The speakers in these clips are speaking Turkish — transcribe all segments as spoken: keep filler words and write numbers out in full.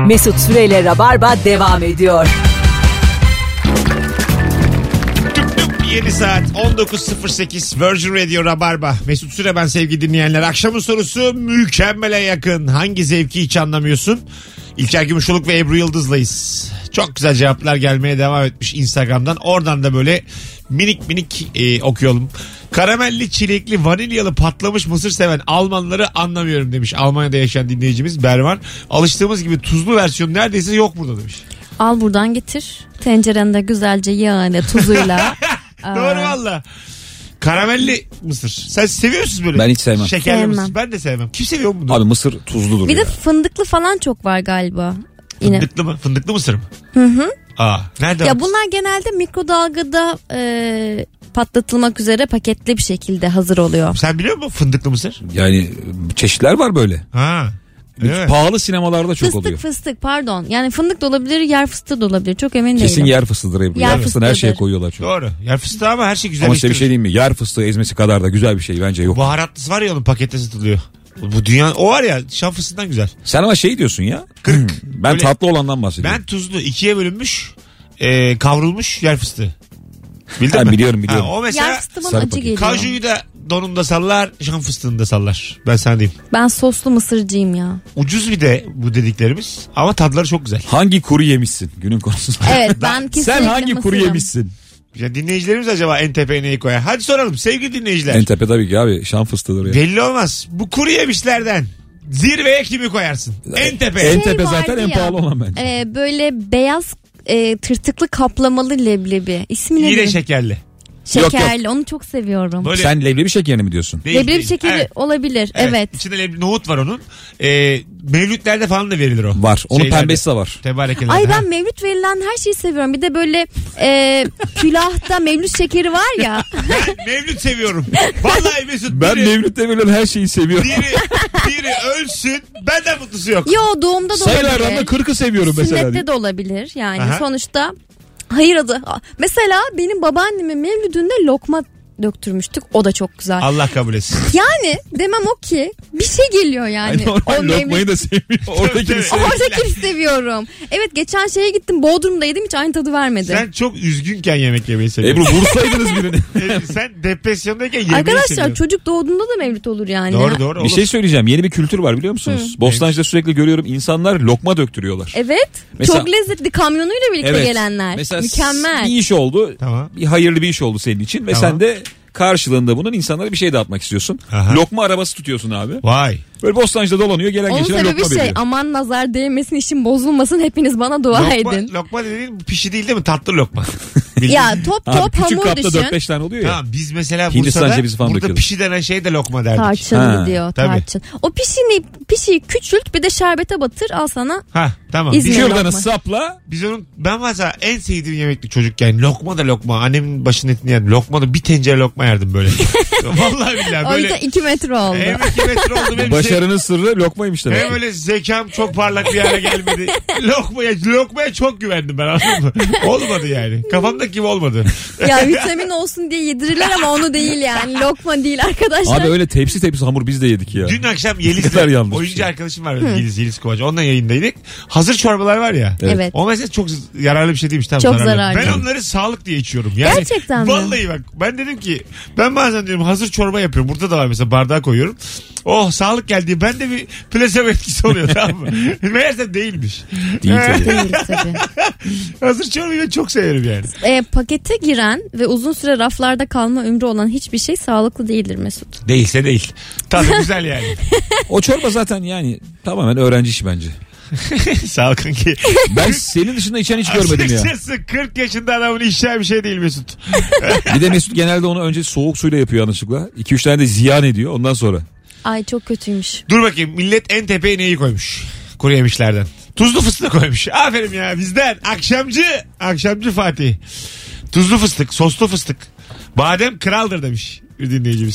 Mesut Süreyle Rabarba devam ediyor. yedi saat on dokuz sıfır sekiz Virgin Radio Rabarba. Mesut Süre ben sevgili dinleyenler. Akşamın sorusu mükemmele yakın. Hangi zevki hiç anlamıyorsun? İlker Gümüşoluk ve Ebru Yıldız'layız. Çok güzel cevaplar gelmeye devam etmiş Instagram'dan. Oradan da böyle minik minik e, okuyalım. Karamelli, çilekli, vanilyalı patlamış mısır seven Almanları anlamıyorum demiş. Almanya'da yaşayan dinleyicimiz Bervan. Alıştığımız gibi tuzlu versiyon neredeyse yok burada demiş. Al buradan getir. Tencerende güzelce yağını tuzuyla. Doğru valla. Karamelli mısır. Sen seviyor musun böyle? Ben hiç sevmem. Şekerli Sevmem. mısır. Ben de sevmem. Kim seviyor bunu? Abi mısır tuzludur Bir ya. de fındıklı falan çok var galiba. Yine. Fındıklı mı? Fındıklı mısır mı? Hı hı. Aa, nerede? Ya bunlar genelde mikrodalgada e, patlatılmak üzere paketli bir şekilde hazır oluyor. Sen biliyor musun fındıklı mısır? Yani çeşitler var böyle. Ha. Evet. Pahalı sinemalarda çok Fıstık oluyor. fıstık pardon. Yani fındık da olabilir, yer fıstığı da olabilir. Çok emin değilim. Kesin yer fıstığıdır Ebru. Yer Yer fıstığını her şeye fıstığıdır. koyuyorlar çünkü. Doğru. Yer fıstığı ama her şey güzel. Ama size bir şey diyeyim mi? Yer fıstığı ezmesi kadar da güzel bir şey bence yok. Baharatlısı var ya onun pakette satılıyor. Bu dünya o var ya şan fıstığından güzel. Sen ama şey diyorsun ya. Kırk. Ben Böyle- tatlı olandan bahsediyorum. Ben tuzlu ikiye bölünmüş e, kavrulmuş yer fıstığı. Bildin Ha, mi? biliyorum, biliyorum. Ha, o mesela Yer fıstığı bana sarı acı paket. geliyor. kajuyu da donunda sallar, şan fıstığını da sallar. Ben sana diyeyim. Ben soslu mısırcıyım ya. Ucuz bir de bu dediklerimiz ama tadları çok güzel. Hangi kuru yemişsin günün konusu? Evet ben kesinlikle Sen hangi kuru mısırım. yemişsin? Ya dinleyicilerimiz acaba en tepeye neyi koyar? Hadi soralım sevgili dinleyiciler. En tepe tabii ki abi şan fıstığıdır ya. Belli olmaz. Bu kuru yemişlerden zirveye kimi koyarsın? En tepeye. En Şey tepe vardı zaten en ya, pahalı olan bence. e, böyle beyaz e, tırtıklı kaplamalı leblebi. İsmi Yine ne? şekerli. Şekerli. Onu çok seviyorum. Böyle Sen leblebi şekerini mi diyorsun? değil, Leblebi değil. şekeri Evet. olabilir. Evet. İçinde leblebi nohut var onun. Ee, mevlütlerde falan da verilir o. Var. Onun Şeylerde. pembesi de var. Tebarekelerde. Ay Ha. ben mevlüt verilen her şeyi seviyorum. Bir de böyle e, külahta mevlüt şekeri var ya. Ben mevlüt seviyorum. Vallahi Mesut. Ben biri, mevlütte verilen her şeyi seviyorum. biri, biri ölsün benden mutlusu yok. Yo doğumda da Sayılardan da olabilir. kırkı seviyorum mesela. Sünnette de olabilir. Yani Aha. sonuçta hayır adı. Mesela benim babaannemin mevlüdünde lokma döktürmüştük. O da çok güzel. Allah kabul etsin. Yani demem o ki bir şey geliyor yani. Ay, normal o lokmayı mevlüt. da sevmiyor. Oradakini Tabii. seviyor. Oradakini seviyorum. Evet geçen şeye gittim Bodrum'da yedim hiç aynı tadı vermedi. Sen çok üzgünken yemek yemeyi seviyorsun. Ebru vursaydınız birini. Ee, Sen depresyondayken yemeği Arkadaşlar seviyorsun. çocuk doğduğunda da mevlüt olur yani. Doğru doğru. Bir olur. şey söyleyeceğim. Yeni bir kültür var biliyor musunuz? Bostancı'da sürekli görüyorum. İnsanlar lokma döktürüyorlar. Evet. Mesela- çok lezzetli kamyonuyla birlikte gelenler. Mesela Mükemmel. bir iş oldu. Tamam. Bir hayırlı bir iş oldu senin için. Ve Tamam. sen de karşılığında bunun insanlara bir şey dağıtmak istiyorsun. Aha. Lokma arabası tutuyorsun abi. Vay. Böyle Bostancı'da dolanıyor. Gelen Onun geçene sebebi lokma şey veriyor. aman nazar değmesin işim bozulmasın hepiniz bana dua Lokma, edin. lokma dediğin pişi değil değil mi? Tatlı lokma. Bildin Ya mi? top Abi top küçük hamur kapta düşün. dört beş tane oluyor ya. Tamam biz mesela Hindistan Bursa'da cevizi falan burada döküyoruz. pişi denen şey de lokma derdik. Tarçın Ha, diyor tabii. tarçın. O pişini pişiyi küçült bir de şerbete batır al sana. Ha tamam. İzmir Biz, lokma. Kürdanı sapla. biz onun ben mesela en sevdiğim yemekti çocukken. Lokma da lokma. Annemin başının etini yerdim. Lokma da bir tencere lokma yerdim böyle. Vallahi billahi O böyle. yüzden iki metre oldu. Hem iki metre oldu benim. Başarının sırrı lokmaymış demek. Hem öyle zekam çok parlak bir hale gelmedi. Lokmaya, lokmaya çok güvendim ben anladın mı? Olmadı yani. Kafamdaki gibi olmadı. Ya vitamin olsun diye yedirirler ama onu değil yani. Lokma değil arkadaşlar. Abi öyle tepsi tepsi hamur biz de yedik ya. Dün akşam Ne kadar Yeliz'le yanlış bir oyuncu şey. arkadaşım var. Yeliz, Yeliz Kovacı. Onunla yayındaydık. Hazır çorbalar var ya. Evet. O mesela çok yararlı bir şey değilmiş. Tabii Çok zararlı. zararlı. Ben onları sağlık diye içiyorum. Yani, Gerçekten mi? Vallahi bak ben dedim ki ben bazen diyorum hazır çorba yapıyorum. Burada da var mesela bardağa koyuyorum. Oh sağlık geldi. Ben de bir plasebo etkisi oluyor tamam mı? Meğerse değilmiş. Değil tabii. Değil tabii. Hazır çorbayı ben çok severim yani. E, pakete giren ve uzun süre raflarda kalma ömrü olan hiçbir şey sağlıklı değildir Mesut. Değilse değil. Tadı güzel yani. O çorba zaten yani tamamen öğrenci işi bence. Sağlıkın ki. Ben senin dışında içen hiç görmedim ya. Açıkçası kırk yaşında adamın içeceği bir şey değil Mesut. Bir de Mesut genelde onu önce soğuk suyla yapıyor yanlışlıkla. iki üç tane de ziyan ediyor ondan sonra. Ay çok kötüymüş. Dur bakayım millet en tepeye neyi koymuş? Kuru yemişlerden. Tuzlu fıstık koymuş. Aferin ya bizden. Akşamcı. Akşamcı Fatih. Tuzlu fıstık, soslu fıstık. Badem kraldır demiş bir dinleyicimiz.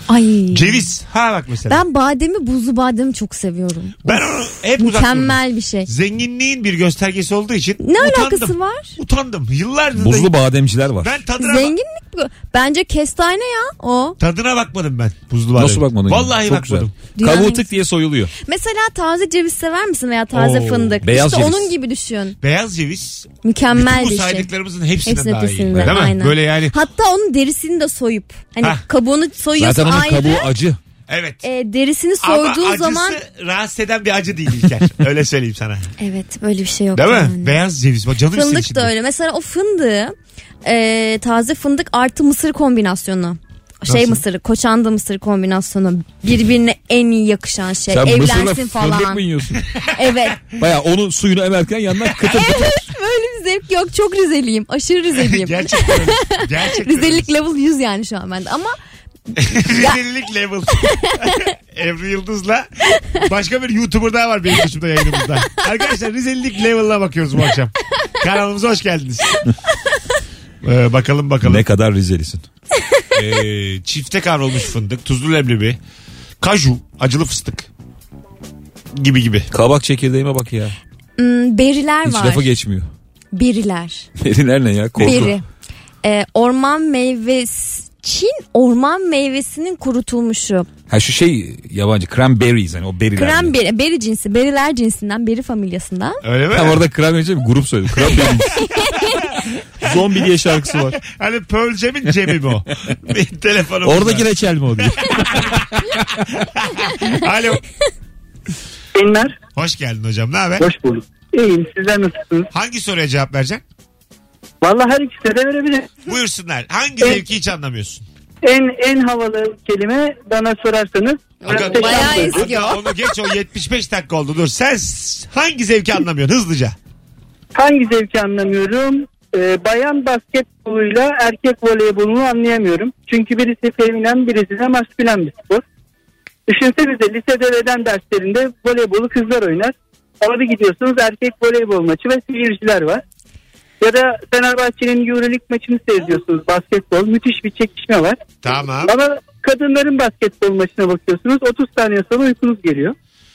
Ay. Ceviz. Ha bak mesela. Ben bademi, buzlu bademi çok seviyorum. Ben onu hep uzak Mükemmel durdum. bir şey. Zenginliğin bir göstergesi olduğu için Ne utandım. alakası var? Utandım. Yıllardır Buzlu da bademciler var. ben tadına Zenginlik bu. Bence kestane ya o. tadına bakmadım ben buzlu badem. Nasıl bakmadın? Vallahi ya? Çok bakmadım. güzel. Dünyanın- Kabuğu tık diye soyuluyor. Mesela taze ceviz sever misin veya taze Oo, fındık? beyaz işte ceviz. onun gibi düşün. Beyaz ceviz Mükemmel bütün bu bir şey. saydıklarımızın hepsinden Hepsinin daha iyi. ötesinde, Değil mi? aynen. Böyle yani. Hatta onun derisini de soyup hani Hah. kabuğunu soyuyorsun Zaten onun ayrı. kabuğu acı. Evet. E, derisini Ama soyduğun acısı zaman rahatsız eden bir acı değil İlker. Öyle söyleyeyim sana. evet böyle bir şey yok. Değil mi? yani. Beyaz ceviz. Bak canım istedi Fındık şimdi. da öyle. Mesela o fındığı e, taze fındık artı mısır kombinasyonu. Şey Nasıl? mısırı, koçandı mısır kombinasyonu birbirine en iyi yakışan şey. Sen mısırla Evlensin fındık falan. mı yiyorsun? Evet. Baya onun suyunu emerken yandan kıtır kıtır. Böyle bir zevk yok. Çok Rizeliyim. Aşırı Rizeliyim. Gerçekten öyle. Gerçekten Rizelilik öyle. level yüz yani şu an bende. Ama Rizelilik level. Ebru Yıldız'la başka bir YouTuber daha var benim dışımda yayınımızda. Arkadaşlar Rizelilik level'ına bakıyoruz bu akşam. Kanalımıza hoş geldiniz. Ee, bakalım bakalım. Ne kadar Rizelisin. Ee, çifte kavrulmuş fındık, tuzlu leblebi, kaju, acılı fıstık gibi gibi. Kabak çekirdeğime bak ya. hmm, beriler Hiç var. lafı geçmiyor. Beriler. Beriler ne ya? Korku. Beri. Ee, orman meyvesi. Çin orman meyvesinin kurutulmuşu. Ha şu şey yabancı cranberries hani o beriler. Cranberry, beri cinsi, beriler cinsinden, beri familyasından. Öyle mi? Tam orada cranberries bir grup söyledi. Cranberries. Zombi diye şarkısı var. Hani Pearl Jam'in Jam'i mi o? Bir telefonum Oradaki reçel mi o diye. Alo. Günler. Hoş geldin hocam. Ne haber? Hoş bulduk. İyiyim. Sizler nasılsınız? Hangi soruya cevap vereceksin? Vallahi her ikisine de verebilirim. Buyursunlar. Hangi Evet. zevki hiç anlamıyorsun? En en havalı kelime bana sorarsanız. Aga, muhteşem bayağı duygu. eski. Aga, onu geç o yetmiş beş dakika oldu. Dur sen s- hangi zevki anlamıyorsun hızlıca? Hangi zevki anlamıyorum? Ee, bayan basketboluyla erkek voleybolunu anlayamıyorum. Çünkü birisi feminen birisi de maskülen bir spor. Düşünsenize lisede beden derslerinde voleybolu kızlar oynar. Ama bir gidiyorsunuz erkek voleybol maçı ve seyirciler var. Ya da Fenerbahçe'nin Euroleague maçını seyrediyorsunuz basketbol. Müthiş bir çekişme var. Tamam. Ama kadınların basketbol maçına bakıyorsunuz otuz saniye sonra uykunuz geliyor.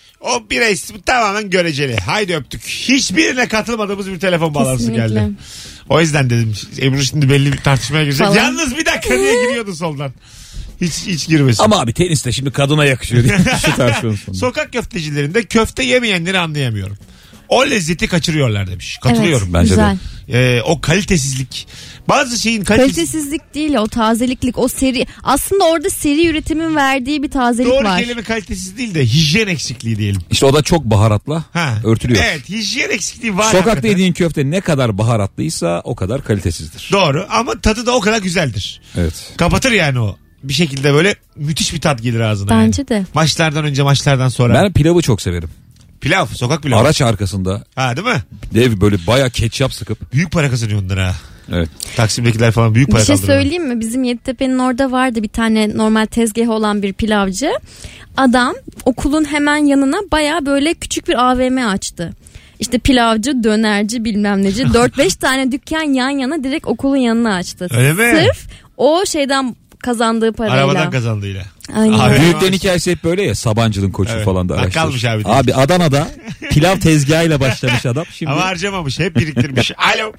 O birey tamamen göreceli. Haydi öptük. Hiçbirine katılmadığımız bir telefon bağlantısı Kesinlikle. geldi. O yüzden dedim Ebru şimdi belli bir tartışmaya girecek. Falan. Yalnız bir dakika niye giriyordu soldan? Hiç hiç girmesin. Ama abi tenis de şimdi kadına yakışıyor diye şu tartışmanın sonunda. Sokak köftecilerinde köfte yemeyenleri anlayamıyorum. O lezzeti kaçırıyorlar demiş. Katılıyorum. Evet, bence de. güzel. Ee, o kalitesizlik. Bazı şeyin kalitesi... Kalitesizlik değil o tazeliklik o seri. Aslında orada seri üretimin verdiği bir tazelik Doğru var. kelime kalitesiz değil de hijyen eksikliği diyelim. İşte o da çok baharatla Ha. örtülüyor. Evet hijyen eksikliği var. Sokakta hakikaten. yediğin köfte ne kadar baharatlıysa o kadar kalitesizdir. Doğru ama tadı da o kadar güzeldir. Evet. Kapatır yani o. Bir şekilde böyle müthiş bir tat gelir ağzına. Bence yani. de. Maçlardan önce maçlardan sonra. Ben pilavı çok severim. Pilav sokak pilavı. Araç arkasında Ha değil mi? dev böyle bayağı ketçap sıkıp. Büyük para kazanıyor onlar ha. Evet. Taksim'dekiler falan büyük para Bir şey kaldırıyor. söyleyeyim mi? Bizim Yeditepe'nin orada vardı bir tane normal tezgahı olan bir pilavcı. Adam okulun hemen yanına baya böyle küçük bir A V M açtı. İşte pilavcı, dönerci bilmem neci. dört beş tane dükkan yan yana direkt okulun yanına açtı. Öyle mi? Sırf o şeyden kazandığı parayla. Arabadan kazandığıyla. Aynen. Abi, Büyüklerin hikayesi hep böyle ya. Sabancı'nın koçu Evet. falan da Bakkalmış araştırır. abi. Abi Adana'da pilav tezgahıyla başlamış adam. Şimdi Ama harcamamış hep biriktirmiş. Alo.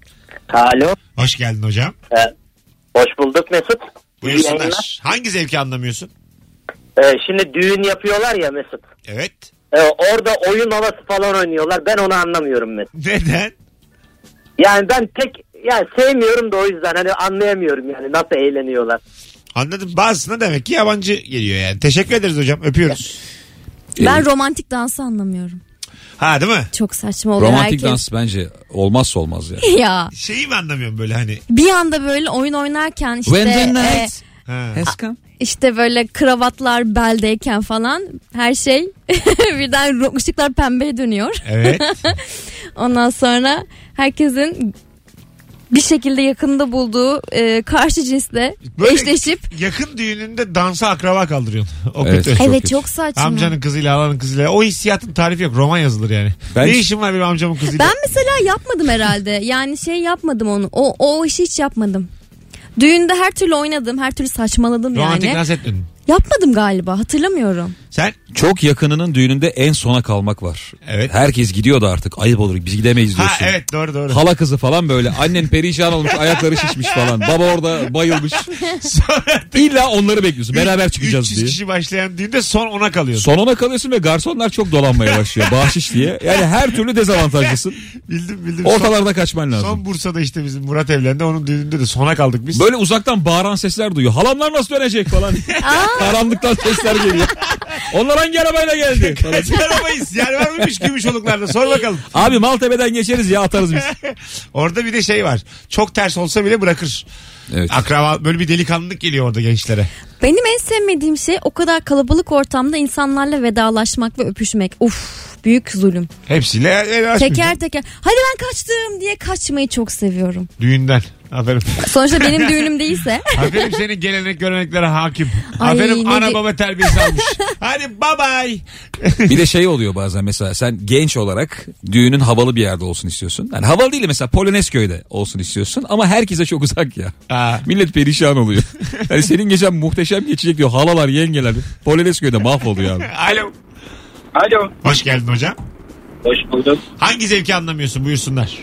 Alo. Hoş geldin hocam. Ee, hoş bulduk Mesut. İyi yayınlar. Buyursunlar. Hangi zevki anlamıyorsun? Ee, şimdi düğün yapıyorlar ya Mesut. Evet. Ee, orada oyun havası falan oynuyorlar. Ben onu anlamıyorum Mesut. Neden? Yani ben pek yani sevmiyorum da o yüzden hani anlayamıyorum yani nasıl eğleniyorlar. Anladım. Bazısına demek ki yabancı geliyor yani. Teşekkür ederiz hocam. Öpüyoruz. Ben romantik dansı anlamıyorum. Ha değil mi? Çok saçma oluyor romantik herkes. dans bence olmazsa olmaz ya. Ya Şeyi mi anlamıyorum böyle hani? bir anda böyle oyun oynarken işte When the e, night Ha. has come. işte böyle kravatlar beldeyken falan her şey birden ro- ışıklar pembeye dönüyor. Evet. Ondan sonra herkesin bir şekilde yakında bulduğu e, karşı cinsle Böyle eşleşip yakın düğününde dansa akraba kaldırıyorsun. O Evet. kötü. Çok evet kötü. çok saçma. Amcanın kızıyla halanın kızıyla. O hissiyatın tarifi yok. Roman yazılır yani. Ben- Ne işim var benim amcamın kızıyla? Ben mesela yapmadım herhalde. Yani şey yapmadım onu. O o işi hiç yapmadım. Düğünde her türlü oynadım, her türlü saçmaladım Romantik yani. dans etmedin. Yapmadım galiba, hatırlamıyorum. Sen? Çok yakınının düğününde en sona kalmak var. Evet. Herkes gidiyordu artık. Ayıp olur, biz gidemeyiz diyorsun. Ha evet, doğru doğru. Hala kızı falan böyle. Annen perişan olmuş, ayakları şişmiş falan. Baba orada bayılmış. Sonra İlla onları bekliyorsun. Beraber çıkacağız üç yüz diye. kişi başlayan düğünde son ona kalıyorsun. Son ona kalıyorsun ve garsonlar çok dolanmaya başlıyor. Bahşiş diye. Yani her türlü dezavantajlısın. Bildim bildim. Ortalarda son, kaçman lazım. Son Bursa'da işte bizim Murat evlendi. Onun düğününde de sona kaldık biz. Böyle uzaktan bağıran sesler duyuyor. Halamlar nasıl dönecek falan. Karanlıktan sesler geliyor. Onlar hangi arabayla geldi? Kaç arabayız? Yer var mıymış Gümüşoluklar'da? Sor bakalım. Abi Maltepe'den geçeriz ya, atarız biz. Orada bir de şey var. Çok ters olsa bile bırakır. Evet. Akraba, böyle bir delikanlılık geliyor orada gençlere. Benim en sevmediğim şey o kadar kalabalık ortamda insanlarla vedalaşmak ve öpüşmek. Uf, büyük zulüm. Hepsiyle Teker teker hadi ben kaçtım diye kaçmayı çok seviyorum. Düğünden. Aferin. Sonuçta benim düğünüm değilse. Aferin, senin gelenek göreneklere hakim. Ay, Aferin, ne ana ge- baba terbiyesi almış. Hadi bye bye. Bir de şey oluyor bazen, mesela sen genç olarak düğünün havalı bir yerde olsun istiyorsun. Yani havalı değil, mesela Polonezköy'de olsun istiyorsun ama herkese çok uzak ya. Aa. Millet perişan oluyor. Yani senin geçen muhteşem geçecek diyor, halalar yengeler Polonezköy'de mahvoluyor abi. Alo. Alo. Hoş geldin hocam. Hoş bulduk. Hangi zevki anlamıyorsun, buyursunlar.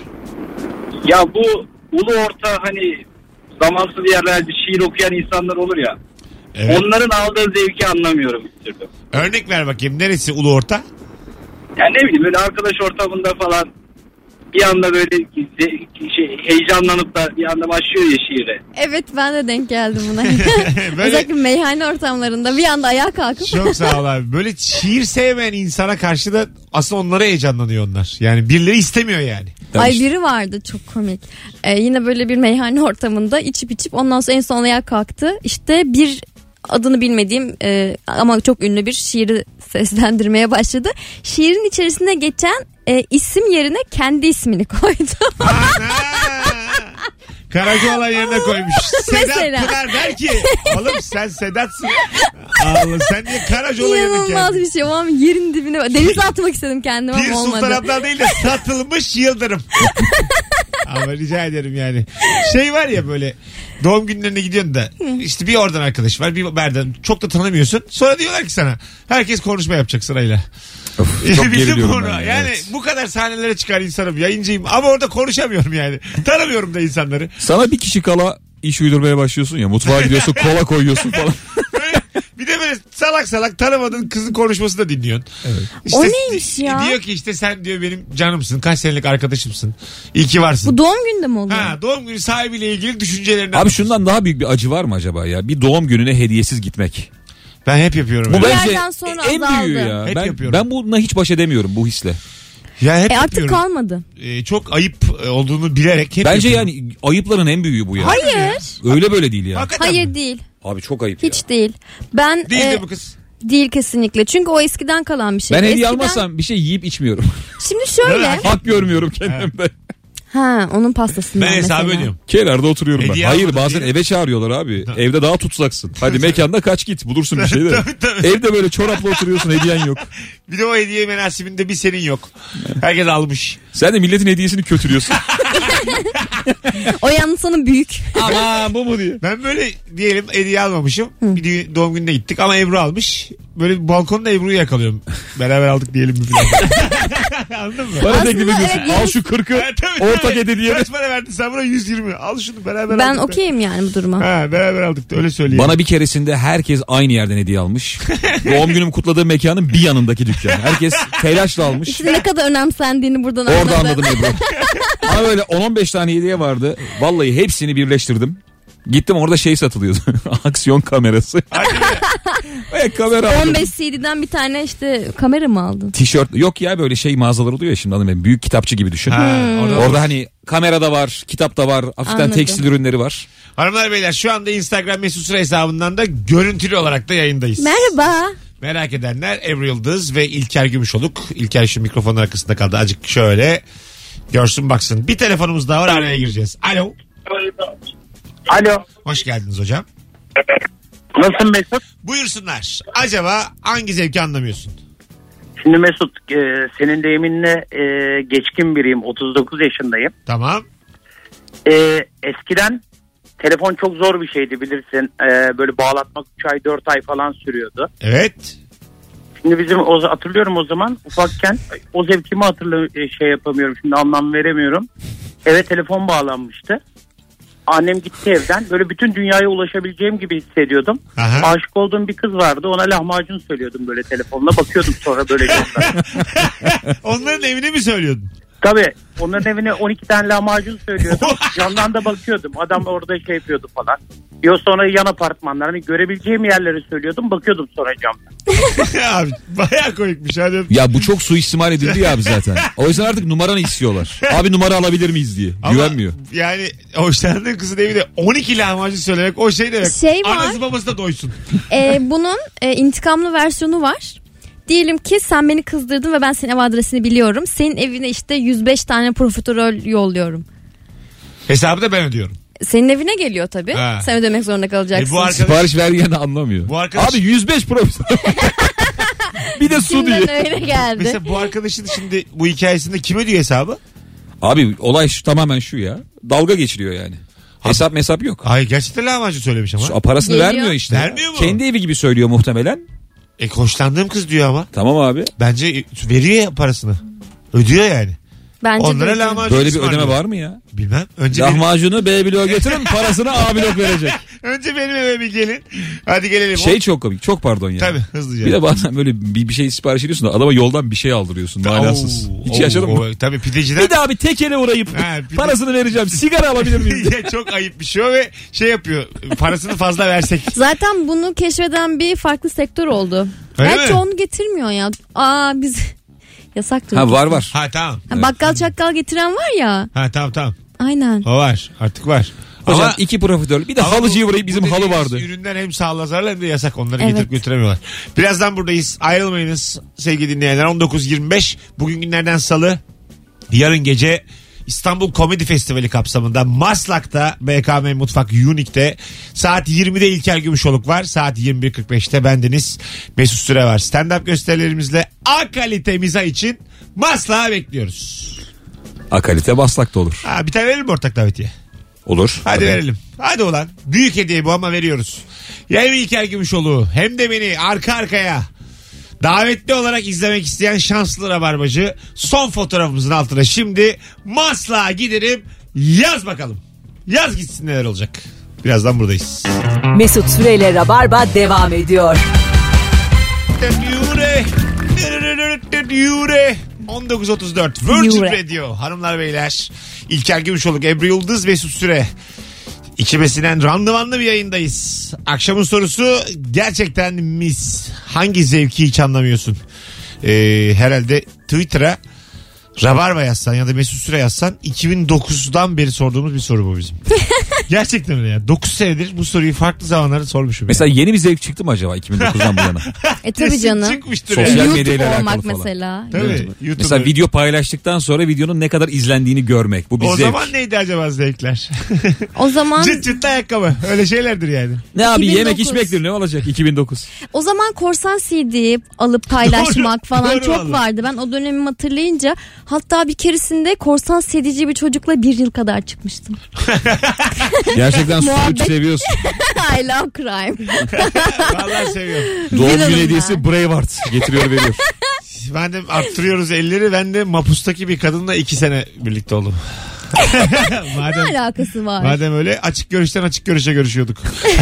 Ya bu ulu orta hani zamansız yerlerde şiir okuyan insanlar olur ya. Evet. Onların aldığı zevki anlamıyorum bir türlü. Örnek ver bakayım, neresi ulu orta? Yani ne bileyim, böyle arkadaş ortamında falan bir anda böyle şey, heyecanlanıp da bir anda başlıyor ya şiire. Evet, ben de denk geldim buna. Böyle- Özellikle meyhane ortamlarında bir anda ayağa kalkıp. Çok sağ ol abi. Böyle şiir sevmeyen insana karşı da aslında onlara heyecanlanıyor onlar. Yani birileri istemiyor yani. Ay, biri vardı çok komik. Ee, yine böyle bir meyhane ortamında içip içip ondan sonra en son ayağa kalktı. İşte bir adını bilmediğim e, ama çok ünlü bir şiiri seslendirmeye başladı. Şiirin içerisinde geçen e, isim yerine kendi ismini koydu. Ana! Karacaoğlan yerine koymuş. Sedat Mesela. Pınar der ki oğlum sen Sedat'sın. Allah, sen niye Karacaoğlan yerine İnanılmaz geldin? bir şey ama yerin dibine denize atmak istedim kendime Bir ama Sultan olmadı. Abdal değil de satılmış Yıldırım. Ama rica ederim yani. Şey var ya, böyle doğum günlerine gidiyorsun da işte bir oradan arkadaş var, bir berden, çok da tanımıyorsun. Sonra diyorlar ki sana herkes konuşma yapacak sırayla. Of, çok Bildim geriliyorum bunu. ben. Ya, Yani evet. bu kadar sahnelere çıkar insanım, yayıncıyım ama orada konuşamıyorum yani. Tanımıyorum da insanları. Sana bir kişi kala iş uydurmaya başlıyorsun ya, mutfağa gidiyorsun kola koyuyorsun falan. Böyle, bir de böyle salak salak tanımadığın kızın konuşmasını da dinliyorsun. Evet. İşte, O neymiş ya? Diyor ki işte sen diyor benim canımsın, kaç senelik arkadaşımsın. İyi ki varsın. Bu doğum günde mi oluyor? Ha, doğum günü sahibiyle ilgili düşüncelerini. Abi şundan daha büyük bir acı var mı acaba ya? Bir doğum gününe hediyesiz gitmek. Ben hep yapıyorum. Bu öyle. bence yerden sonra en azaldı. büyüğü ya. Hep Ben, yapıyorum. ben bununla hiç baş edemiyorum, bu hisle. Ya hep E artık yapıyorum. kalmadı. Ee, çok ayıp olduğunu bilerek hep Bence yapıyorum. yani ayıpların en büyüğü bu ya. Hayır. Öyle böyle değil ya. Hakikaten Hayır mi? değil. Abi çok ayıp ya. Hiç değil. Ben Değil e, de bu kız. değil kesinlikle. Çünkü o eskiden kalan bir şey. Ben hediye Eskiden- almazsam bir şey yiyip içmiyorum. Şimdi şöyle. Evet. Hak görmüyorum kendimde. Ha, onun pastasından Ben hesabı mesela. ödüyorum. Kenarda oturuyorum ben. Hediye Hayır, almadım bazen diye. eve çağırıyorlar abi. Evde daha tutsaksın. Hadi mekanda kaç git, bulursun bir şey de. Tabii, tabii. Evde böyle çorapla oturuyorsun, hediyen yok. Bir de o hediye menasibinde bir senin yok. Herkes almış. Sen de milletin hediyesini kötülüyorsun. O yalnız sana büyük. Aman bu mu diye. Ben böyle diyelim hediye almamışım. Bir düğün- doğum gününe gittik ama Ebru almış. Böyle bir balkonda Ebru'yu yakalıyorum. Beraber aldık diyelim mi falan. Anladın mı? Bana Aslında teklif ediyorsun. evet, Al şu kırkı Ha, tabii, ortak tabii. hediye diye. Kaç para verdin sen buna? yüz yirmi. Al şunu beraber Ben aldık da. okeyim yani bu duruma. Ha, beraber aldık da öyle söyleyeyim. Bana bir keresinde herkes aynı yerden hediye almış. Doğum günümü kutladığım mekanın bir yanındaki dükkan. Herkes telaşla almış. İşte ne kadar önemsendiğini buradan Orada anladım. anladım Ebru. Ama böyle on on beş tane hediye vardı. Vallahi hepsini birleştirdim. Gittim, orada şey satılıyordu. Aksiyon kamerası. Hadi be. Ve kamera aldım. on beş C D'den bir tane işte kamera mı aldın? Tişört. Yok ya, böyle şey mağazalar oluyor ya şimdi, anladın mı? Büyük kitapçı gibi düşün. Ha, orada- Orada hani kamera da var, kitap da var, hafiften Anladım. tekstil ürünleri var. Hanımlar beyler, şu anda Instagram mesut süre hesabından da görüntülü olarak da yayındayız. Merhaba. Merak edenler Ebru Yıldız ve İlker Gümüşoluk. İlker şu mikrofonun arkasında kaldı. Azıcık şöyle görsün baksın. Bir telefonumuz daha var, araya gireceğiz. Alo. Alo. Hoş geldiniz hocam. Nasılsın Mesut? Buyursunlar. Acaba hangi zevki anlamıyorsun? Şimdi Mesut e, senin deyiminle e, geçkin biriyim. otuz dokuz yaşındayım. Tamam. E, eskiden telefon çok zor bir şeydi bilirsin. Ee, böyle bağlatmak üç ay dört ay falan sürüyordu. Evet. Şimdi bizim o, hatırlıyorum o zaman ufakken o zevkimi hatırlı şey yapamıyorum. Şimdi anlam veremiyorum. Eve telefon bağlanmıştı. Annem gitti evden. Böyle bütün dünyaya ulaşabileceğim gibi hissediyordum. Aha. Aşık olduğum bir kız vardı. Ona lahmacun söylüyordum böyle telefonla. Bakıyordum sonra böyle. Onların evine mi söylüyordun? Tabii. Onların evine on iki tane lahmacun söylüyordum. Camdan da bakıyordum. Adam orada şey yapıyordu falan. Yo sonra yan apartmanlar. Hani görebileceğim yerleri söylüyordum. Bakıyordum sonra camdan. Abi bayağı komikmiş. Hadi. Ya bu çok suistimal edildi ya abi zaten. O yüzden artık numaranı istiyorlar. Abi numara alabilir miyiz diye. Ama Güvenmiyor. yani hoşlandığın kızın evine on iki lahmacun söylemek o şey demek. Şey var. Anası babası da doysun. Ee, bunun e, intikamlı versiyonu var. Diyelim ki sen beni kızdırdın ve ben senin ev adresini biliyorum. Senin evine işte yüz beş tane profiterol yolluyorum. Hesabı da ben ödüyorum. Senin evine geliyor tabii. Ha. Sen ödemek zorunda kalacaksın. E bu arkadaş- Sipariş vergeni anlamıyor. Bu arkadaş- Abi yüz beş profesör. Bir de su diye. İçinden öyle geldi. Mesela bu arkadaşın şimdi bu hikayesinde kim ödüyor hesabı? Abi olay şu, tamamen şu ya. Dalga geçiriyor yani. Hesap mesap yok. Ay gerçekten lahmacun söylemiş ama. Şu parasını Geliyor. vermiyor işte. Vermiyor mu? Kendi evi gibi söylüyor muhtemelen. E hoşlandığım kız diyor ama. Tamam abi. Bence veriyor ya parasını. Ödüyor yani. Bence Onlara de. lahmacun Böyle bir ısmarlıyor. ödeme var mı ya? Bilmem. Önce benim, Lahmacunu B bloğa getirin, parasını A blok verecek. önce benim eve bir gelin. Hadi gelelim. Şey çok komik. Çok pardon ya. Tabii hızlıca. Bir de bazen böyle bir, bir şey sipariş ediyorsun da adama yoldan bir şey aldırıyorsun. Manasız. Oo, Hiç oo, yaşadın mı? oo, Tabii pideciden. Bir de abi tekele uğrayıp Ha, bir de- parasını vereceğim. Sigara alabilir miyim? Ya çok ayıp bir şey o ve şey yapıyor. Parasını fazla versek. Zaten bunu keşfeden bir farklı sektör oldu. Öyle Belki mi? onu getirmiyor ya. Aa biz yasaktır. Ha var var. Ha tamam. Ha, bakkal çakkal getiren var ya. Ha tamam tamam. Aynen. O var. Artık var. Hocam Ama- iki profiterol. Bir de Ama halıcıyı bu- uğrayıp bizim bu halı dediğimiz vardı. Ürünler hem sağlığa zararlı hem de yasak. Onları Evet. getirip götüremiyorlar. Birazdan buradayız. Ayrılmayınız sevgili dinleyenler. on dokuz yirmi beş bugün günlerden salı. Yarın gece İstanbul Komedi Festivali kapsamında Maslak'ta B K M Mutfak Unique'de saat yirmide İlker Gümüşoluk var. Saat yirmi bir kırk beşte bendeniz Mesut Süre var. Stand-up gösterilerimizle A kalite miza için Maslak'a bekliyoruz. Akalite Maslak'ta olur. Ha, bir tane verelim mi ortak davetiye? Olur. Hadi Tabii. verelim. Hadi ulan. Büyük hediye bu ama veriyoruz. Ya hem İlker Gümüşoğlu hem de beni arka arkaya davetli olarak izlemek isteyen şanslı rabarbacı son fotoğrafımızın altına şimdi Maslak'a giderim yaz bakalım. Yaz gitsin neler olacak. Birazdan buradayız. Mesut Süreyle Rabarba devam ediyor. Yure. Yure. on dokuz otuz dört Virgin Yure. Radio. Hanımlar beyler. İlker Gümüşoluk, Ebru Yıldız, Mesut Süre. İçimesinden randımanlı bir yayındayız. Akşamın sorusu gerçekten mis. Hangi zevki hiç anlamıyorsun? Ee, herhalde Twitter'a Rabarba yazsan ya da Mesut Süre yazsan iki bin dokuzdan beri sorduğumuz bir soru bu bizim. Gerçekten öyle ya. dokuz senedir bu soruyu farklı zamanlarda sormuşum. Mesela yeni bir zevk çıktı mı acaba iki bin dokuzdan bu yana? E tabii Kesin canım. çıkmıştır Sosyal ya. YouTube medyayla alakalı olmak falan. mesela. Tabii. YouTube. YouTube'da. Mesela video paylaştıktan sonra videonun ne kadar izlendiğini görmek. Bu bir O zevk. zaman neydi acaba zevkler? O zaman Cıt cıtlı ayakkabı. Öyle şeylerdir yani. Ne abi iki bin yemek dokuz. içmektir ne olacak iki bin dokuz. o zaman korsan C D alıp paylaşmak Doğru, falan doğru çok vallahi. vardı. Ben o dönemimi hatırlayınca hatta bir keresinde korsan C D'ci bir çocukla bir yıl kadar çıkmıştım. Gerçekten suç Muhabbet. seviyorsun. I love crime. Vallahi seviyorum. Doğum Villain'ım günü ben. hediyesi Braveheart getiriyor veriyor. Ben de arttırıyoruz elleri. Ben de mapustaki bir kadınla iki sene birlikte oldum. madem, Ne alakası var? madem öyle açık görüşten açık görüşe görüşüyorduk.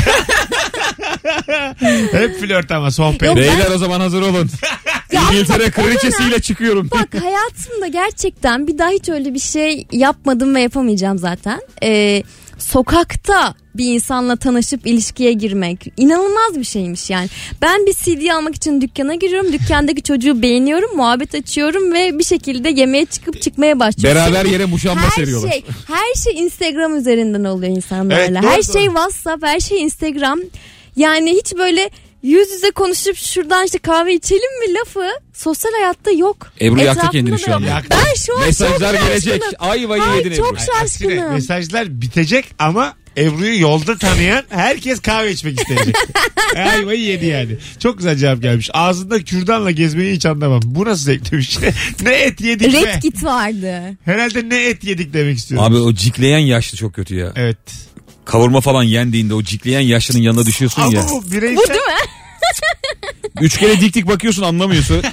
Hep flört ama sohbet. Yok, Beyler o zaman hazır olun. İngiltere kraliçesiyle çıkıyorum. Bak hayatımda gerçekten bir daha hiç öyle bir şey yapmadım ve yapamayacağım zaten. Ee, sokakta bir insanla tanışıp ilişkiye girmek inanılmaz bir şeymiş yani. Ben bir C D almak için dükkana giriyorum. Dükkandaki çocuğu beğeniyorum, muhabbet açıyorum ve bir şekilde yemeğe çıkıp çıkmaya başlıyorum. Beraber yere muşamba Her seriyorlar. şey, her şey Instagram üzerinden oluyor insanlarla. Evet, doğru, her doğru. şey WhatsApp, her şey Instagram. Yani hiç böyle yüz yüze konuşup şuradan işte kahve içelim mi lafı sosyal hayatta yok. Ebru yaktı Etrafımda kendini da şu yok. anda. Yaktı. Ben şu an Mesajlar çok gelecek. şaşkınım. Ayvayı Ay, yedin çok Ebru. şaşkınım. Aksine mesajlar bitecek ama Ebru'yu yolda tanıyan herkes kahve içmek isteyecek. Ayvayı yedi yani. Çok güzel cevap gelmiş. Ağzında kürdanla gezmeyi hiç anlamam. Bu nasıl zevk demiş. Ne et yedik be. Red Git vardı. Herhalde ne et yedik demek istiyorum. Abi o cikleyen yaşlı çok kötü ya. Evet. kavurma falan yendiğinde o cikleyen yaşlının yanına düşüyorsun Ama ya. bu bireysel. Bu değil mi? Üç kere dik dik bakıyorsun anlamıyorsun.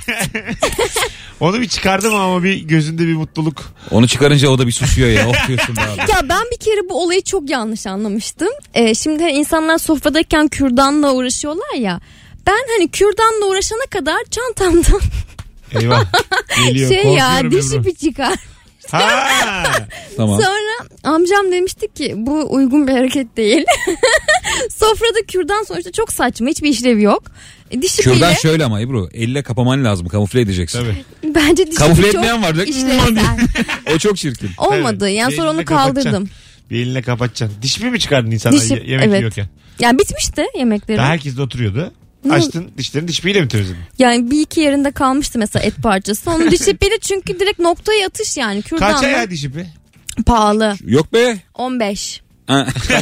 Onu bir çıkardım ama bir gözünde bir mutluluk. Onu çıkarınca o da bir susuyor ya. Oh diyorsun be abi. Ya ben bir kere bu olayı çok yanlış anlamıştım. Ee, şimdi insanlar sofradayken kürdanla uğraşıyorlar ya. Ben hani kürdanla uğraşana kadar çantamdan Eyvah. Geliyor. şey ya Korkuyorum diş Ebru. ipi çıkar. Ha. Tamam. Sonra amcam demişti ki bu uygun bir hareket değil. Sofrada kürdan sonuçta çok saçma, hiçbir işlevi yok. E, diş Kürdan ipiyle şöyle ama Ebru. Elle kapaman lazım. Kamufle edeceksin. Tabii. bence diş Kamufle ipi çok etmeyen var. işlevsel. O çok çirkin. Olmadı Evet. yani, sonra Bir onu eline kapatacaksın. kaldırdım. Bir eline kapatacaksın. Diş mi mi çıkardın insanlar Diş- ye- yemek evet. yiyorken? Yani bitmişti yemeklerim. Daha herkes de oturuyordu. Açtın dişlerini dişpiyle mi temizledin? Yani bir iki yerinde kalmıştı mesela et parçası. Onun diş ipiyle çünkü direkt noktaya atış yani. Kaç Kürdanla ayağı diş ipi? pahalı. Yok be. on beş. Ha.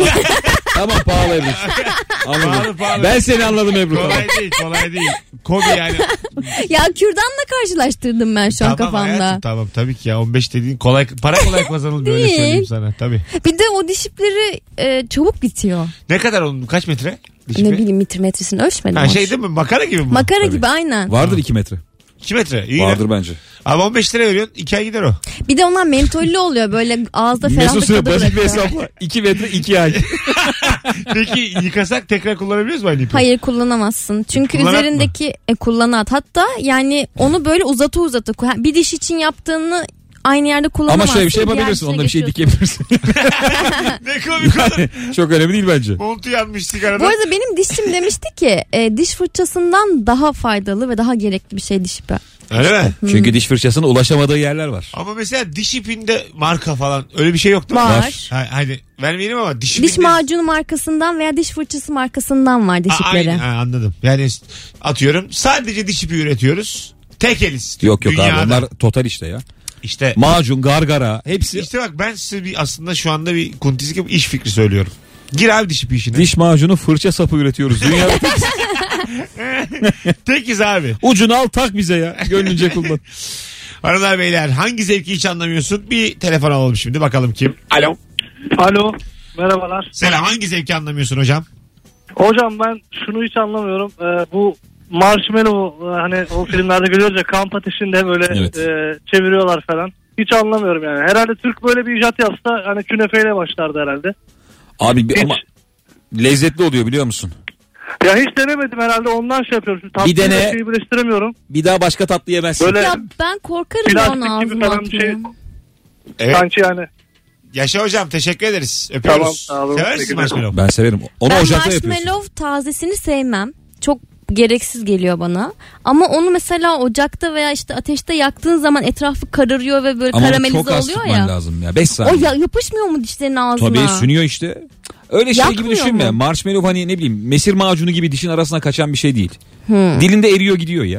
Tamam pahalı Ebru. Anladım. Pahalı, pahalı. Ben seni anladım Ebru. Tamam. Kolay değil kolay değil. Kobi yani. Ya kürdanla karşılaştırdım ben şu an Tamam kafamda. hayatım, tamam tabii ki ya on beş dediğin kolay para kolay kazanılmıyor öyle Değil. söyleyeyim sana tabii. Bir de o diş ipleri e, çabuk bitiyor. Ne kadar onun kaç metre? Diş Ne ipi? bileyim metre metresini ölçmedim. Ha hoş. şey değil mi makara gibi mi? Makara Tabii. gibi aynen. Vardır iki metre. iki metre iyi Vardır ya. bence. Ama on beş lira veriyorsun iki ay gider o. Bir de onlar mentollü oluyor böyle ağızda ferahlık Mesut tadı basit bir bırakıyor. hesapla. iki metre iki ay. Peki yıkasak tekrar kullanabiliyoruz mu aynı ipi? Hayır kullanamazsın. Çünkü Kullanat mı? üzerindeki e, kullanat. Hatta yani onu böyle uzata uzata koy- bir diş için yaptığını aynı yerde Ama kullanamazsın. şöyle bir şey diğer yapabilirsin. dişine Onda bir şey geçiyorsun. dikebilirsin. Ne komik olur. Çok önemli değil bence. Montu yanmış sigarada. Bu arada benim dişim demişti ki e, diş fırçasından daha faydalı ve daha gerekli bir şey diş ipi. Öyle mi? Çünkü diş fırçasının ulaşamadığı yerler var. Ama mesela diş ipinde marka falan öyle bir şey yok değil mi? Var. Ha, hani vermeyelim ama diş Diş ipinde... macunu markasından veya diş fırçası markasından var diş Ha, ipleri. aynen, ha, anladım. Yani atıyorum sadece diş ipi üretiyoruz. Tek eliz. Yok yok Dünyada. abi onlar total işte ya. İşte, Macun, gargara hepsi. işte bak ben size bir aslında şu anda bir kuntizlik yapıp iş fikri söylüyorum. Gir abi diş ipi işine. Diş macunu fırça sapı üretiyoruz. Dünyada Tekiz abi. ucunu al tak bize ya. Gönlünce kullan. Hanımlar beyler hangi zevki hiç anlamıyorsun? Bir telefon alalım şimdi bakalım kim? Alo. Alo. Merhabalar. Selam hangi zevki anlamıyorsun hocam? Hocam ben şunu hiç anlamıyorum. Ee, bu marshmallow e, hani o filmlerde görüyoruz ya kamp ateşinde böyle Evet. e, çeviriyorlar falan. Hiç anlamıyorum yani. Herhalde Türk böyle bir icat yapsa hani künefeyle başlardı herhalde. Abi bir, Hiç. ama lezzetli oluyor biliyor musun? Ya hiç denemedim herhalde ondan şey yapıyorum. Şu tatlıyı Bir dene. da şeyi birleştiremiyorum. Bir daha başka tatlı yemezsin. Böyle Ya ben korkarım ya plastik onu gibi ağzıma falan bir şey. atmaya. Evet. Sanki yani. Yaşa hocam teşekkür ederiz. Öpüyoruz. Tamam, sağ olun. Sever misin Teşekkür marshmallow? Ben severim. Onu Ben ocakta yapıyorsun. marshmallow tazesini sevmem. Çok gereksiz geliyor bana. Ama onu mesela ocakta veya işte ateşte yaktığın zaman etrafı kararıyor ve böyle Ama onu karamelize çok az oluyor tutman ya. lazım ya. beş O saniye. ya, yapışmıyor mu dişlerin ağzına? Tabii sünüyor işte. Öyle şey gibi Yakmıyor düşünme. mu? Marshmallow hani ne bileyim mesir macunu gibi dişin arasına kaçan bir şey değil. Dilinde eriyor gidiyor ya.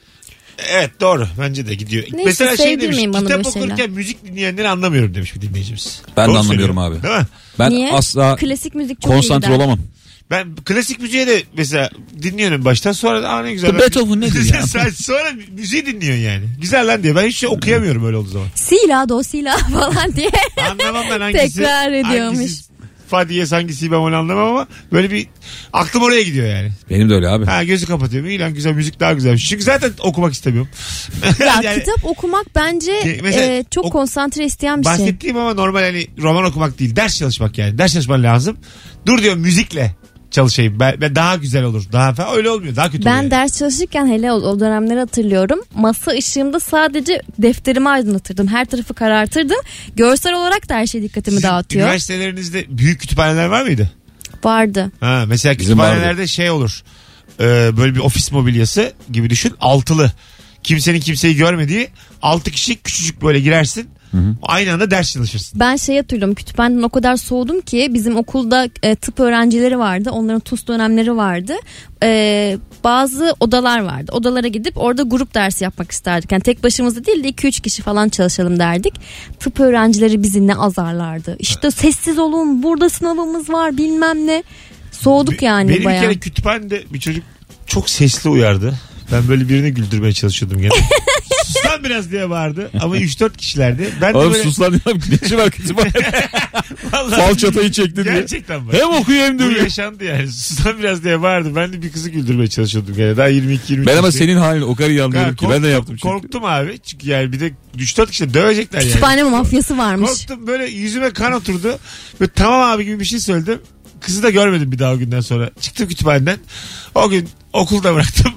Evet doğru bence de gidiyor. Neyse, Mesela şey demiş sevdirmeyin bana kitap böyle okurken şeyler. müzik dinleyenleri anlamıyorum demiş bir dinleyicimiz. Ben de Doğru anlamıyorum söylüyor. abi. Değil mi? Ben Niye? asla Klasik müzik çok konsantre iyi gider. olamam. Ben klasik müziğe de mesela dinliyorum baştan sonra da aa ne güzel. Bu Beethoven nedir ya? Sen sonra müziği dinliyorsun yani. Güzel lan diye. Ben hiç şey okuyamıyorum öyle olduğu zaman. Si la do si la falan diye. Anlamam ben hangisi. Tekrar ediyormuş. Hangisi fa diyez hangisi ben onu anlamam ama böyle bir aklım oraya gidiyor yani. Benim de öyle abi. Ha gözü kapatıyorum. İyi lan güzel müzik daha güzel. Çünkü zaten okumak istemiyorum. Ya Yani kitap okumak bence Ki mesela e, çok o- konsantre isteyen bir şey. bahsettiğim ama normal hani roman okumak değil. Ders çalışmak yani. Ders çalışman lazım. Dur diyorum müzikle çalışayım. Ben, ben daha güzel olur. Daha falan öyle olmuyor. Daha kötü Ben oluyor. ders çalışırken hele o, o dönemleri hatırlıyorum. Masa ışığımda sadece defterimi aydınlatırdım. Her tarafı karartırdım. Görsel olarak da her şey dikkatimi Sizin dağıtıyor. üniversitelerinizde büyük kütüphaneler var mıydı? Vardı. Ha, mesela Bizim kütüphanelerde şey olur. Ee, böyle bir ofis mobilyası gibi düşün. Altılı. Kimsenin kimseyi görmediği altı kişi küçücük böyle girersin. Aynı anda ders çalışırsın. Ben şey hatırlıyorum, kütüphaneden o kadar soğudum ki bizim okulda e, tıp öğrencileri vardı. Onların T U S dönemleri vardı. E, bazı odalar vardı. Odalara gidip orada grup dersi yapmak isterdik. Yani tek başımıza değil de iki üç kişi falan çalışalım derdik. Tıp öğrencileri bizi ne azarlardı. İşte sessiz olun, burada sınavımız var bilmem ne. Soğuduk yani Benim bayağı. bir kere kütüphanede bir çocuk çok sesli uyardı. Ben böyle birini güldürmeye çalışıyordum gene. Sus lan lan biraz diye bağırdı. Ama üç dört kişilerdi. Ben de Oğlum böyle... sus lan diyorum. Ne var kütüphanede? Fal çatayı çekti diye. Gerçekten bak. Hem okuyor hem Bu dövüyor. yaşandı yani. Sus lan biraz diye bağırdı. Ben de bir kızı güldürmeye çalışıyordum. Yani daha yirmi iki yirmi üç Ben ama yaşındayım. senin halini o kadar iyi anlıyorum ki. Ben de yaptım çünkü. Korktum abi. Çünkü yani bir de üç dört kişi dövecekler yani. Kütüphane mafyası varmış. Korktum, böyle yüzüme kan oturdu. Ve tamam abi gibi bir şey söyledim. Kızı da görmedim bir daha o günden sonra. Çıktım kütüphaneden. O gün okulda bıraktım.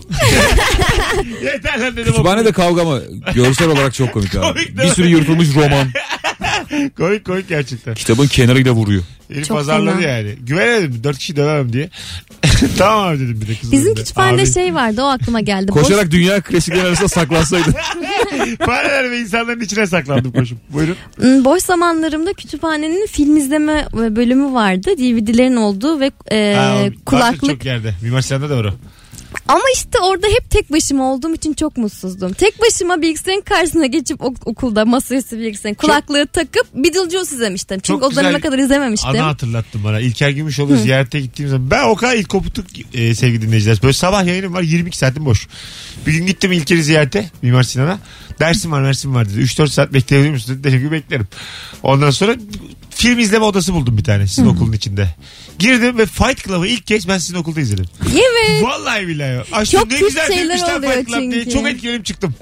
Yeter lan dedim. Kütüphanede kavga ama görsel olarak çok komik abi. Komik Bir değil sürü mi? yırtılmış roman. Komik komik gerçekten. Kitabın kenarıyla vuruyor. Herif Çok pazarladı fena. yani. Güvenemedim. Dört kişi dövemem diye. Tamam abi dedim bir de kızın Bizim önünde. kütüphanede Abi, şey vardı, o aklıma geldi. Koşarak dünya klasikleri arasında saklansaydı. Paralar ve insanların içine saklandım koşup. Buyurun. Boş, boş zamanlarımda kütüphanenin film izleme bölümü vardı. D V D'lerin olduğu ve e, Ha, o- vardır kulaklık. çok yerde. Mimar Sinan'da da var o. Ama işte orada hep tek başıma olduğum için çok mutsuzdum. Tek başıma bilgisayarın karşısına geçip ok- okulda masaüstü bilgisayarın kulaklığı takıp Beetlejuice izlemiştim. Çünkü Çok o döneme güzel kadar izlememiştim. Ana hatırlattın bana. İlker Gümüşoğlu ziyarete gittiğim zaman. Ben o kadar ilk koputuk e, sevgili dinleyiciler. Böyle sabah yayınım var, yirmi iki saatim boş. Bir gün gittim İlker'i ziyarete Mimar Sinan'a. Dersim var dersim var dedi. üç dört saat bekleyebilir misin dedi. Dedim ki beklerim. Ondan sonra film izleme odası buldum bir tane sizin okulun içinde. Girdim ve Fight Club'ı ilk kez ben sizin okulda izledim. Evet. Vallahi billahi. Açtım, Çok ne kült güzel şeyler filmmiş lan oluyor Fight Club diye. çünkü. Çok etkilenip çıktım.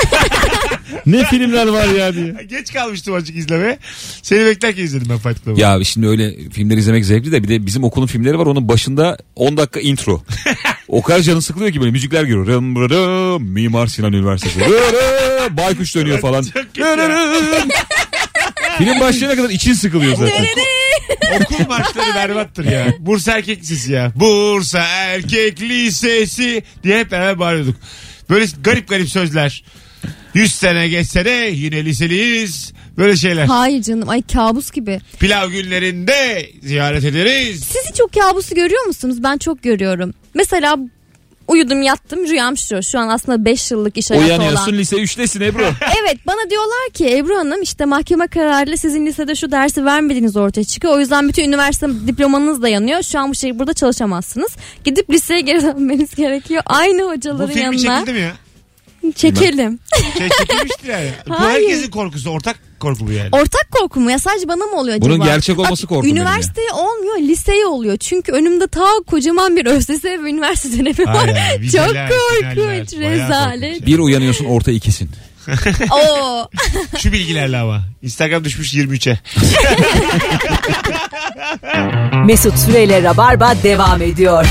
Ne filmler var ya diye. Geç kalmıştım açık izlemeye. Seni beklerken izledim ben Fight Club'ı. Ya şimdi öyle filmleri izlemek zevkli de bir de bizim okulun filmleri var. Onun başında on dakika intro. O kadar canın sıkılıyor ki böyle müzikler giriyor. Rım rım, Mimar Sinan Üniversitesi. Rım rım, baykuş dönüyor falan. Çok kötü ya. Film başlayana kadar için sıkılıyor zaten. Okul marşları berbattır ya. Bursa Erkek Lisesi ya. Bursa Erkek Lisesi diye hep beraber bağırıyorduk. Böyle garip garip sözler. Yüz sene geçse de yine liseliyiz. Böyle şeyler. Hayır canım, ay kabus gibi. Pilav günlerinde ziyaret ederiz. Siz hiç o kabusu görüyor musunuz? Ben çok görüyorum. Mesela uyudum yattım, rüyam şu. Şu an aslında beş yıllık iş hayatı Uyanıyorsun olan. lise üçtesin Ebru. Evet, bana diyorlar ki Ebru Hanım işte mahkeme kararıyla sizin lisede şu dersi vermediğiniz ortaya çıkıyor. O yüzden bütün üniversite diplomanız da yanıyor. Şu an bu şey burada çalışamazsınız. Gidip liseye geri dönmeniz gerekiyor. Aynı Bu hocaların filmi yanına. çekildi mi ya? Çekelim. Şey çekilmiştir yani. Bu Hayır. herkesin korkusu. Ortak korku bu yani. Ortak korku mu ya? Sadece bana mı oluyor acaba? Bunun gerçek olması korku benim ya. Üniversiteye olmuyor, liseye oluyor. Çünkü önümde ta kocaman bir ÖSS ve üniversite dönemi var. Ay ya, Çok vizeler, korkunç, finaller, bayağı rezalet. korkunç. Bir uyanıyorsun orta ikisin. Oo. Şu bilgilerle ama. Instagram düşmüş yirmi üçe. Mesut Süreyle Rabarba devam ediyor.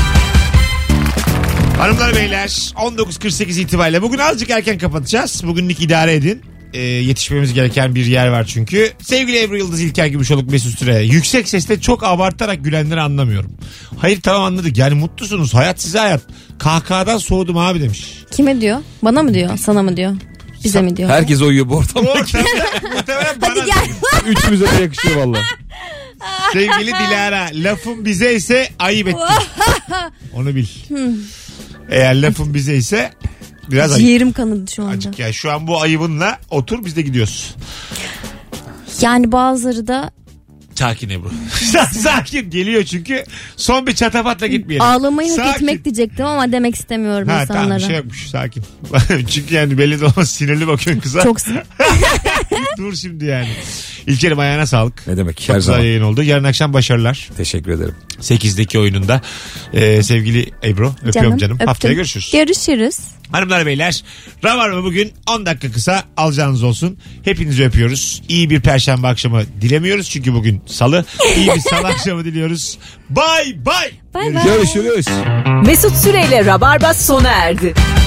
Hanımlar beyler on dokuz kırk sekiz itibariyle bugün azıcık erken kapatacağız. Bugünlük idare edin. Ee, yetişmemiz gereken bir yer var çünkü. Sevgili Ebru Yıldız, İlker Gümüşoluk, Mesut Süre. Yüksek sesle çok abartarak gülenleri anlamıyorum. Hayır tamam anladık. Yani mutlusunuz. Hayat size hayat. Kahkahadan soğudum abi demiş. Kime diyor? Bana mı diyor? Sana mı diyor? Bize mi diyor? Herkes uyuyor bu Bu ortamda. ortamda muhtemelen bana. Hadi gel. Üçümüze de yakışıyor valla. Sevgili Dilara, lafın bize ise ayıp ettin. Onu bil. Eğer lafın bize ise biraz ayıp. Ciğerim kanadı şu anda. Acık ya, şu an bu ayıbınla otur, biz de gidiyoruz. Yani bazıları da Sakin Ebru. Sakin geliyor çünkü. Son bir çatafatla gitmeyelim. ağlamayı hak Sakin. etmek diyecektim ama demek istemiyorum Ha insanlara. tamam, bir şey yokmuş, sakin. Çünkü yani belli de olmaz, sinirli bakıyorsun kıza. Çok s- Dur şimdi yani. İlker'im ayağına sağlık. Ne demek, Çok her güzel zaman. yayın oldu. Yarın akşam başarılar. Teşekkür ederim. sekizdeki oyununda. Ee, sevgili Ebru, öpüyorum canım. öptüm. Haftaya görüşürüz. Görüşürüz. Hanımlar beyler, Rabarba bugün on dakika kısa, alacağınız olsun. Hepinizi öpüyoruz. İyi bir perşembe akşamı dilemiyoruz çünkü bugün salı. İyi bir salı akşamı diliyoruz. Bay bay. Bay bay. Görüşürüz. Mesut Süreyle Rabarba sona erdi.